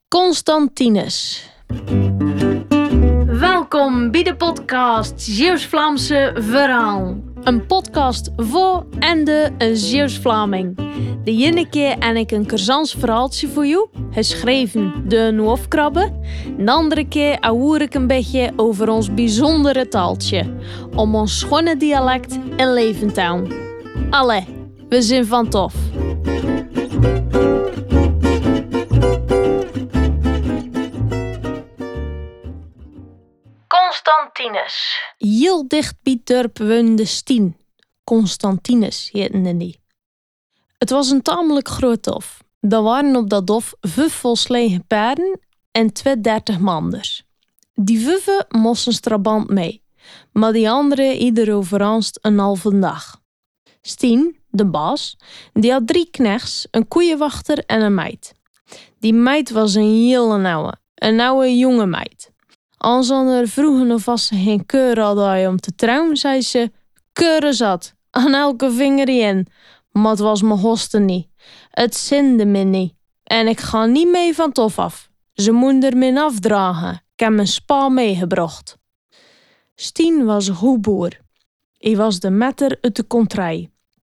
Constantinus. Welkom bij de podcast Zeeuws-Vlaamse Verhaal. Een podcast voor en de Zeeuws-Vlaming. De ene keer heb ik een Curzans verhaaltje voor jou, geschreven door een hoofdkrabbe. De andere keer hoor ik een beetje over ons bijzondere taaltje, om ons schone dialect in leven te houden. Allee, we zijn van tof. Constantinus. Heel dicht bij het dorp woonde Stien. Constantinus heette die. Het was een tamelijk groot hof. Er waren op dat hof 5 volslegen paarden en 32 manders. Die 5 moesten strabant mee, maar die andere ieder overeenst een halve dag. Stien, de baas, die had 3 knechts, een koeienwachter en een meid. Die meid was een hele oude jonge meid. Als ze er vroegen of ze geen keur hadden om te trouwen, zei ze: keuren zat, aan elke vinger in. Maar het was mijn hoste niet. Het zinde me niet. En ik ga niet mee van het hof af. Ze moeten er me afdragen. Ik heb mijn spa meegebracht. Stien was een goed boer. Hij was de metter uit de kontrij.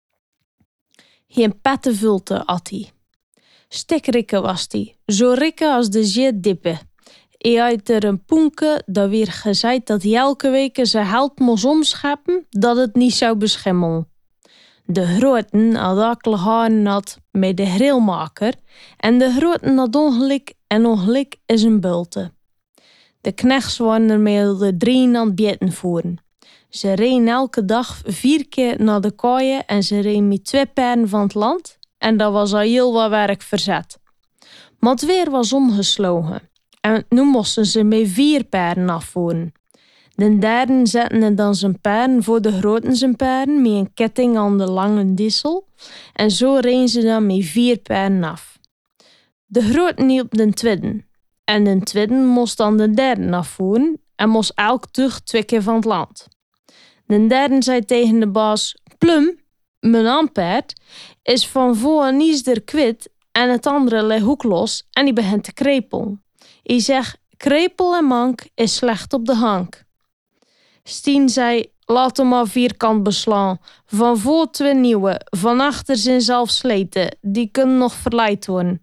Geen pettenvulte had hij. Stikrikke was hij, zo rikke als de zeer dippe. Hij had er een poenke dat weer gezegd dat hij elke week zijn geld moest omscheppen dat het niet zou beschimmelen. De groten had akkel haren had met de grillmaker en de groten had ongeluk is een bulte. De knechts waren er met de 3 aan het bietten voeren. Ze reden elke dag 4 keer naar de kooien en ze reden met 2 paarden van het land en dat was al heel wat werk verzet. Maar het weer was omgeslagen. En nu moesten ze met 4 paarden afvoeren. De derde zette dan zijn paarden voor de groten zijn paarden met een ketting aan de lange dissel. En zo reden ze dan met 4 paarden af. De groten hielp de tweede. En de tweede moest dan de derde afvoeren en moest elk dag 2 keer van het land. De derde zei tegen de baas: Plum, mijn aanpaard, is van voor niets er kwit en het andere ligt ook los en die begint te krepelen. Hij zegt: krepel en mank is slecht op de hank. Stien zei: laat hem maar vierkant beslaan. Van voor 2 nieuwe, van achter zijn zelf sleten. Die kunnen nog verleid worden.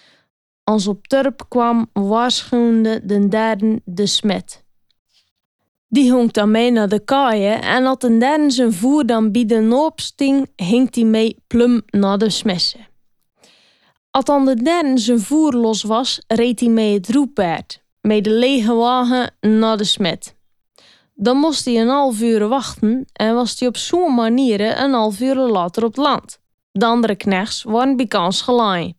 Als op turp kwam, waarschuwde de derde de smet. Die hongt dan mee naar de kaaien en als de derde zijn voer dan bij de noop sting, hinkt hij mee plum naar de smessen. Als dan de derde zijn voer los was, reed hij mee het roepaard, met de lege wagen naar de smet. Dan moest hij een half uur wachten en was hij op zo'n manier een half uur later op het land. De andere knechts waren bij kans gelaai.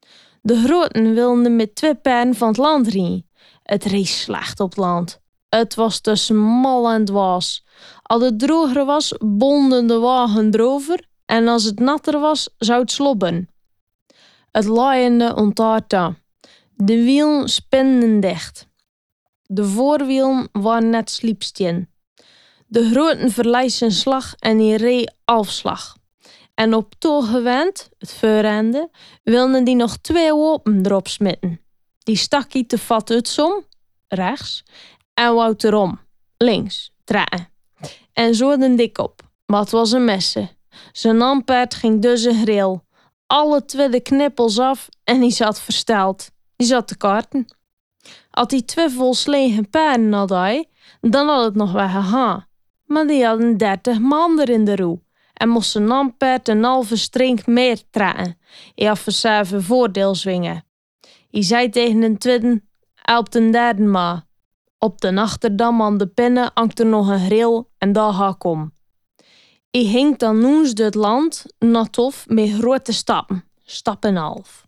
De groten wilden met 2 paarden van het land rijden. Het reed slecht op het land. Het was tussen mal en dwaas. Als het droger was, bonden de wagen erover en als het natter was, zou het slobben. Het laaiende ontaarde. De wielen spinden dicht. De voorwielen waren net sliepstien. De groten verliet zijn slag en die reed afslag. En op toegewend, het voorende, wilden die nog 2 wapen erop smitten. Die stak hij te vat uitsom, rechts, en wout erom, links, draaien. En zo de dik op, maar het was een messen. Zijn aanpaard ging dus een grill. Alle 2 de knippels af en die zat versteld. Die zat te karten. Als die 2 volslegen paarden had hij, dan had het nog wel gegaan. Maar die hadden 30 man er in de roe en moest zijn aanpaard een halve strink meer trekken. Hij had voor voordeel zwingen. Hij zei tegen de tweede: help de derde maar. Op de achterdam aan de pinnen hangt er nog een grill en daar ga ik om. Hij ging dan noens door het land naar het hof met grote stappen, stap en half.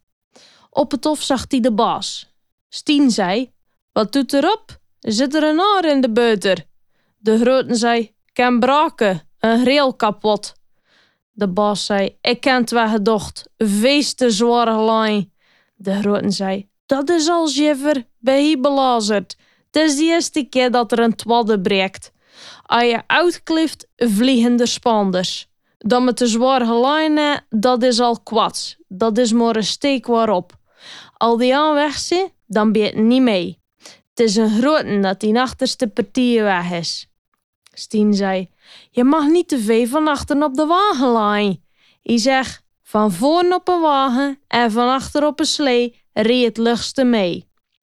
Op het hof zag hij de baas. Stien zei: wat doet erop? Zit er een aar in de beuter? De groten zei: kan braken, een grill kapot. De baas zei: ik ken het wel gedacht, feest te zware lijn. De groten zei: dat is al jiffer, bij hier belazerd. Het is de eerste keer dat er een twadde breekt. Als je uitklift, vliegen de spanders. Dan met de zware lijnen, dat is al kwats. Dat is maar een steek waarop. Al die aan weg zijn, dan ben je niet mee. Het is een grote dat die achterste partij weg is. Stien zei, je mag niet te veel van achteren op de wagen laaien. Hij zegt, van voren op een wagen en van achter op een slee reed het luchtste mee.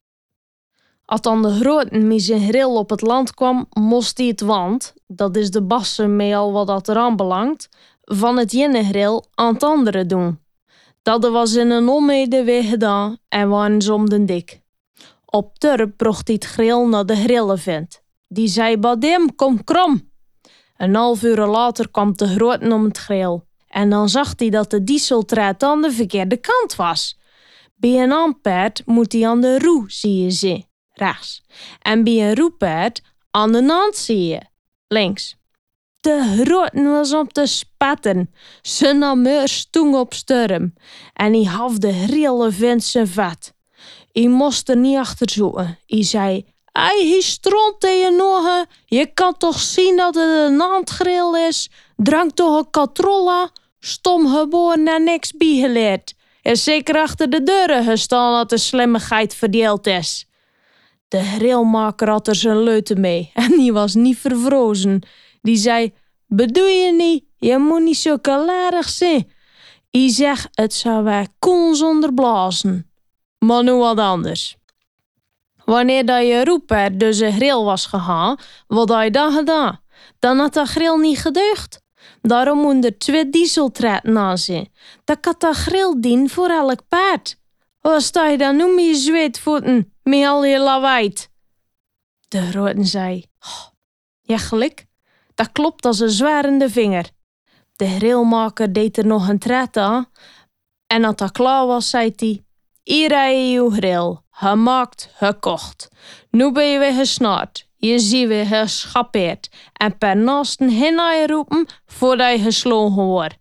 Als dan de grote met zijn grill op het land kwam, moest hij het wand, dat is de bassen mee al wat dat eraan belangt, van het ene grill aan het andere doen. Dat was in een onmede weer gedaan en waren ze om den dik. Op turp bracht hij het grill naar de grillevent. Die zei, badem, kom krom. Een half uur later kwam de grote om het grill. En dan zag hij dat de dieseltred aan de verkeerde kant was. Bij een aanpaard moet hij aan de roe, zie je ze, rechts. En bij een roepaard aan de naand, zie je, links. De grote was op te spatten. Zijn ameur stong op sturm. En hij gaf de hele vent zijn vet. Hij moest er niet achter zoeken. Hij zei, hij stront tegen nog. Je kan toch zien dat het een naandgrill is? Drank toch een katrolla? Stom geboren en niks bijgeleerd. Is zeker achter de deuren gestaan dat de slimmigheid verdeeld is. De grillmaker had er zijn leuten mee en die was niet vervrozen. Die zei, bedoel je niet? Je moet niet zo kalarig zijn. Hij zegt, het zou wij kon zonder blazen. Maar nu wat anders. Wanneer dat je roeper dus een grill was gegaan, wat had je dan gedaan? Dan had dat grill niet gedeugd. Daarom moet er 2 dieseltretten aan zijn. Dat kan dat grill dienen voor elk paard. Wat sta je dan nu met je zweetvoeten, met al je lawaai? De grote zei, oh, ja gelijk, dat klopt als een zwerende vinger. De grillmaker deed er nog een tred aan en als dat klaar was, zei hij, hier heb je je grill, gemaakt, gekocht. Nu ben je weer gesnaard, je ziet weer geschapeerd en per naasten heen aan je roepen voordat je geslogen wordt.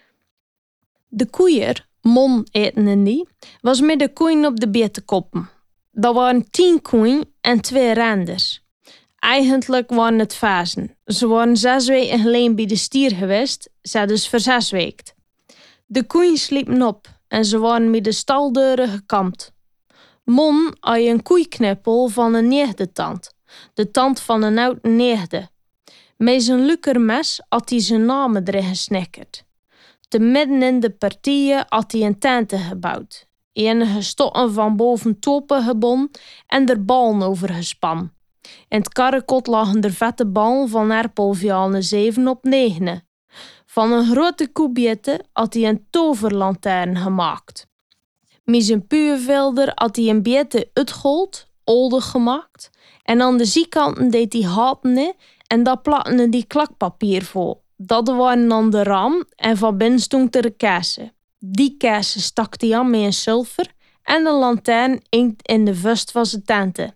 De koeier, Mon eten die, was met de koeien op de beet te koppen. Dat waren 10 koeien en 2 renders. Eigenlijk waren het vazen. Ze waren 6 weken geleden bij de stier geweest, ze dus voor 6 weken. De koeien sliepen op en ze waren met de staldeuren gekampt. Mon had een koeiknippel van een negende tand, de tand van een oude negende. Met zijn lukermes had hij zijn namen erin gesnikkerd. Te midden in de partijen had hij een tente gebouwd. Enige stokken van boven topen gebonden en er ballen over gespan. In het karrekot lagen er vette ballen van erpelvianen 7 op 9. Van een grote koebiette had hij een toverlantern gemaakt. Met zijn puurvelder had hij een beetje uitgold, oldig gemaakt. En aan de zijkanten deed hij haten in en daar platte die klakpapier voor. Dat waren dan de ram en van binnen stond er de kassen. Die kassen stak hij aan met een sulfer en de lantern inkt in de vust van zijn tenten.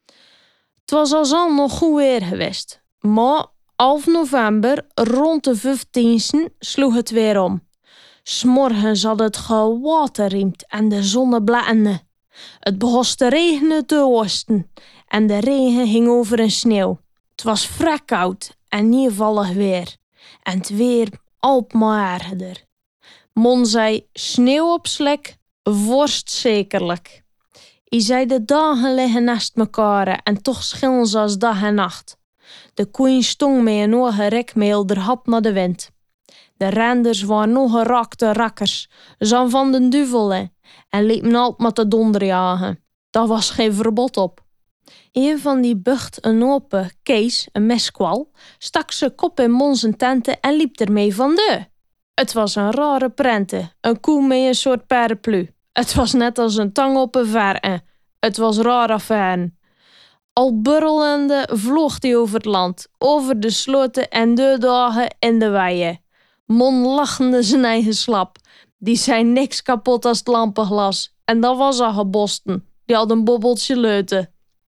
Het was al nog goed weer geweest, maar half november, rond de 15e, sloeg het weer om. 's Morgens had het gewaterriemd en de zon bladderde. Het begon te regenen te oosten en de regen ging over in sneeuw. Het was vrek koud en neervallig weer. En het weer alsmaar erger. Mon zei, sneeuw op slek, vorst zekerlijk. Hij zei, de dagen liggen naast mekaar en toch schillen ze als dag en nacht. De koeien stong met een ogen rekmeel der hap naar de wind. De renders waren nog gerakte rakkers, zan van den duvel en liepen altijd met de donder jagen. Daar was geen verbod op. Een van die bucht een open Kees, een meskwal, stak zijn kop in Mon zijn tenten en liep ermee van deur. Het was een rare prente, een koe met een soort paraplu. Het was net als een tang op een verre. Het was raar affaire. Al burrelende vloog hij over het land, over de sloten en de dagen in de weien. Mon lachende zijn eigen slap. Die zei niks kapot als het lampenglas. En dat was al gebosten. Die had een bobbeltje leuten.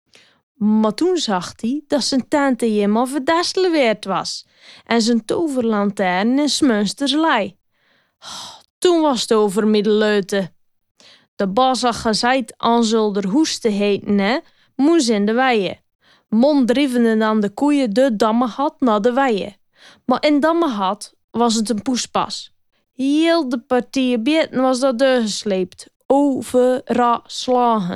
Maar toen zag hij dat zijn tante helemaal verdesteleerd was. En zijn toverlantern in Smünsterslei. Toen was het over met de leuten. De baas had gezegd aan zulder hoesten heten, hè, moes in de weien. Mon drievende dan de koeien de Dammegat naar de weien. Maar in Dammegat was het een poespas. Heel de partij beten was dat doorgesleept, overal slagen.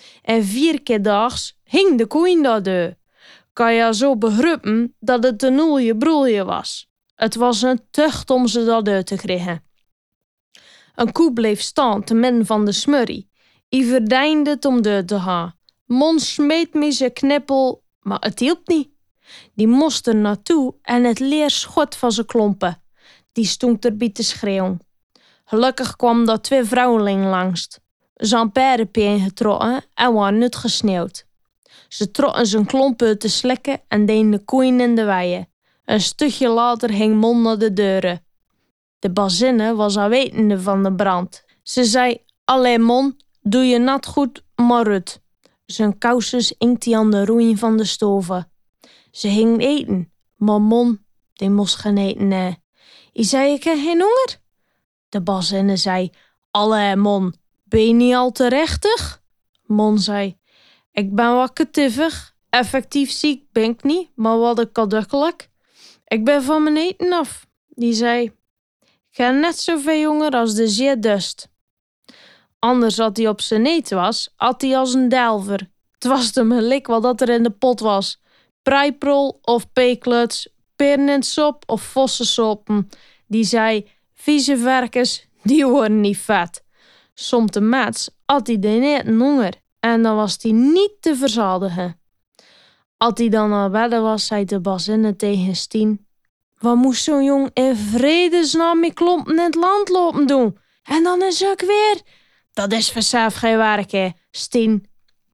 En 4 keer daags hing de koeien daar deur. Kan je zo begrijpen dat het een oelje broelje was. Het was een tucht om ze daar deur te krijgen. Een koe bleef staan te midden van de smurrie. I verdeinde het om deur te gaan. Mon smeet me zijn knippel, maar het hielp niet. Die moest er naartoe en het leer schot van zijn klompen. Die stond erbij te schreeuwen. Gelukkig kwam daar 2 vrouwen langs. Ze hadden paardenpeen getrokken en waren niet gesneeuwd. Ze trokken zijn klompen te slikken en deden de koeien in de weien. Een stukje later ging Mon naar de deuren. De bazinne was al wetende van de brand. Ze zei, allee Mon, doe je nat goed, maar uit. Zijn kousjes inkt hij aan de roeien van de stoven. Ze ging eten, maar Mon, die moest geen eten. Hij zei, ik heb geen honger. De bazinne zei, allee Mon, ben je niet al te rechtig? Mon zei, ik ben wat ketivig. Effectief ziek ben ik niet, maar wat kadukkelijk. Ik ben van mijn eten af. Die zei, ik heb net zoveel honger als de zeer dust. Anders had hij op zijn eten was, had hij als een delver. Het was hem gelijk wat dat er in de pot was. Preiprol of peekluts, pernensop of vossensoppen. Die zei, vieze varkens, die worden niet vet. Somtijds had hij de eten honger en dan was hij niet te verzadigen. Als hij dan al bedden was, zei de bazinne tegen Stien, wat moest zo'n jong in vredesnaam met klompen in het land lopen doen? En dan is ook weer. Dat is vanzelf geen werk, hè, Stien.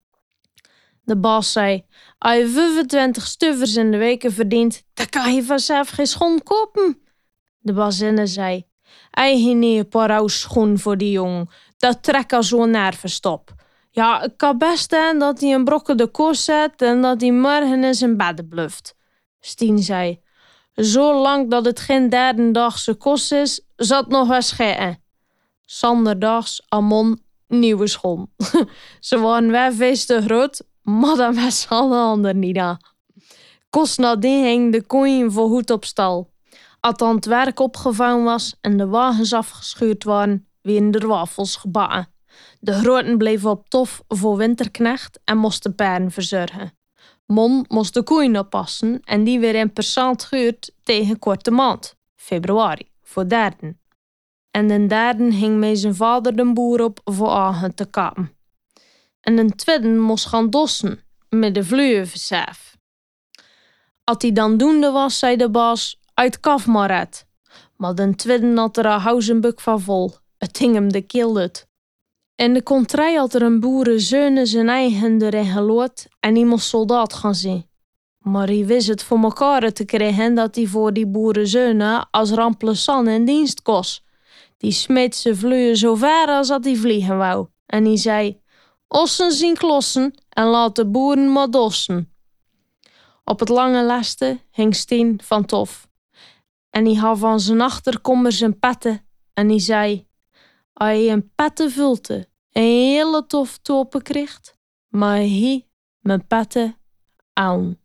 De baas zei, als je 25 stuivers in de week verdient, dan kan je vanzelf geen schoen kopen. De bazinne zei, eigen niet een paar oude schoen voor die jong. Dat trekt al zo'n nervenstop. Ja, ik kan best zijn dat hij een brokken de koos zet en dat hij morgen in zijn bedden bluft. Stien zei, zolang dat het geen derdendagse kost is, zal het nog wel schijnen. Zanderdags, Amon, nieuwe schoen. Ze waren wel veel te groot, maar dat was alle anderen niet aan. Kost nadien hing de koeien voorgoed op stal. Als het werk opgevouwen was en de wagens afgeschuurd waren, werden er wafels gebakken. De groten bleven op tof voor winterknecht en moesten paarden verzorgen. Mon moest de koeien oppassen en die weer in persoon gehuurd tegen korte maand, februari, voor derden. En de derde hing met zijn vader de boer op voor agen te kappen. En de tweede moest gaan dossen met de vluevensaaf. Als hij dan doende was, zei de baas, uit kaf maar uit. Maar de tweede had er een huizenbuk van vol. Het hing hem de keel uit. In de contrij had er een boerenzoon zijn eigen erin geloot en hij moest soldaat gaan zien. Maar hij wist het voor mekaar te krijgen dat hij voor die boerenzoon als remplaçant in dienst kost. Die smeet zijn vleuën zo ver als dat hij vliegen wou. En hij zei, ossen zien klossen en laat de boeren maar dossen. Op het lange lasten hing Stien van tof. En hij had van zijn achterkommer zijn petten en hij zei, als je een petten vulte, een hele tof topen krijgt, maar hij mijn petten aan.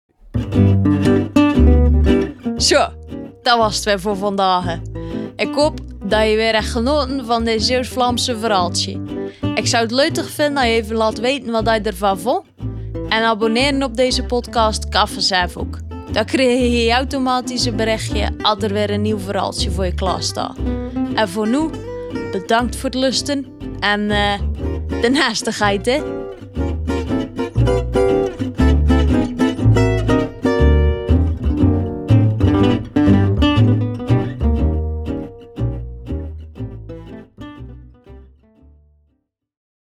Zo, dat was het weer voor vandaag. Ik hoop dat je weer hebt genoten van dit Zeeuws-Vlaamse verhaaltje. Ik zou het leuk vinden dat je even laat weten wat je ervan vond. En abonneren op deze podcast kan vanzelf ook. Dan krijg je automatisch een berichtje als er weer een nieuw verhaaltje voor je klaar staat. En voor nu, bedankt voor het luisteren en de naastigheid, hè.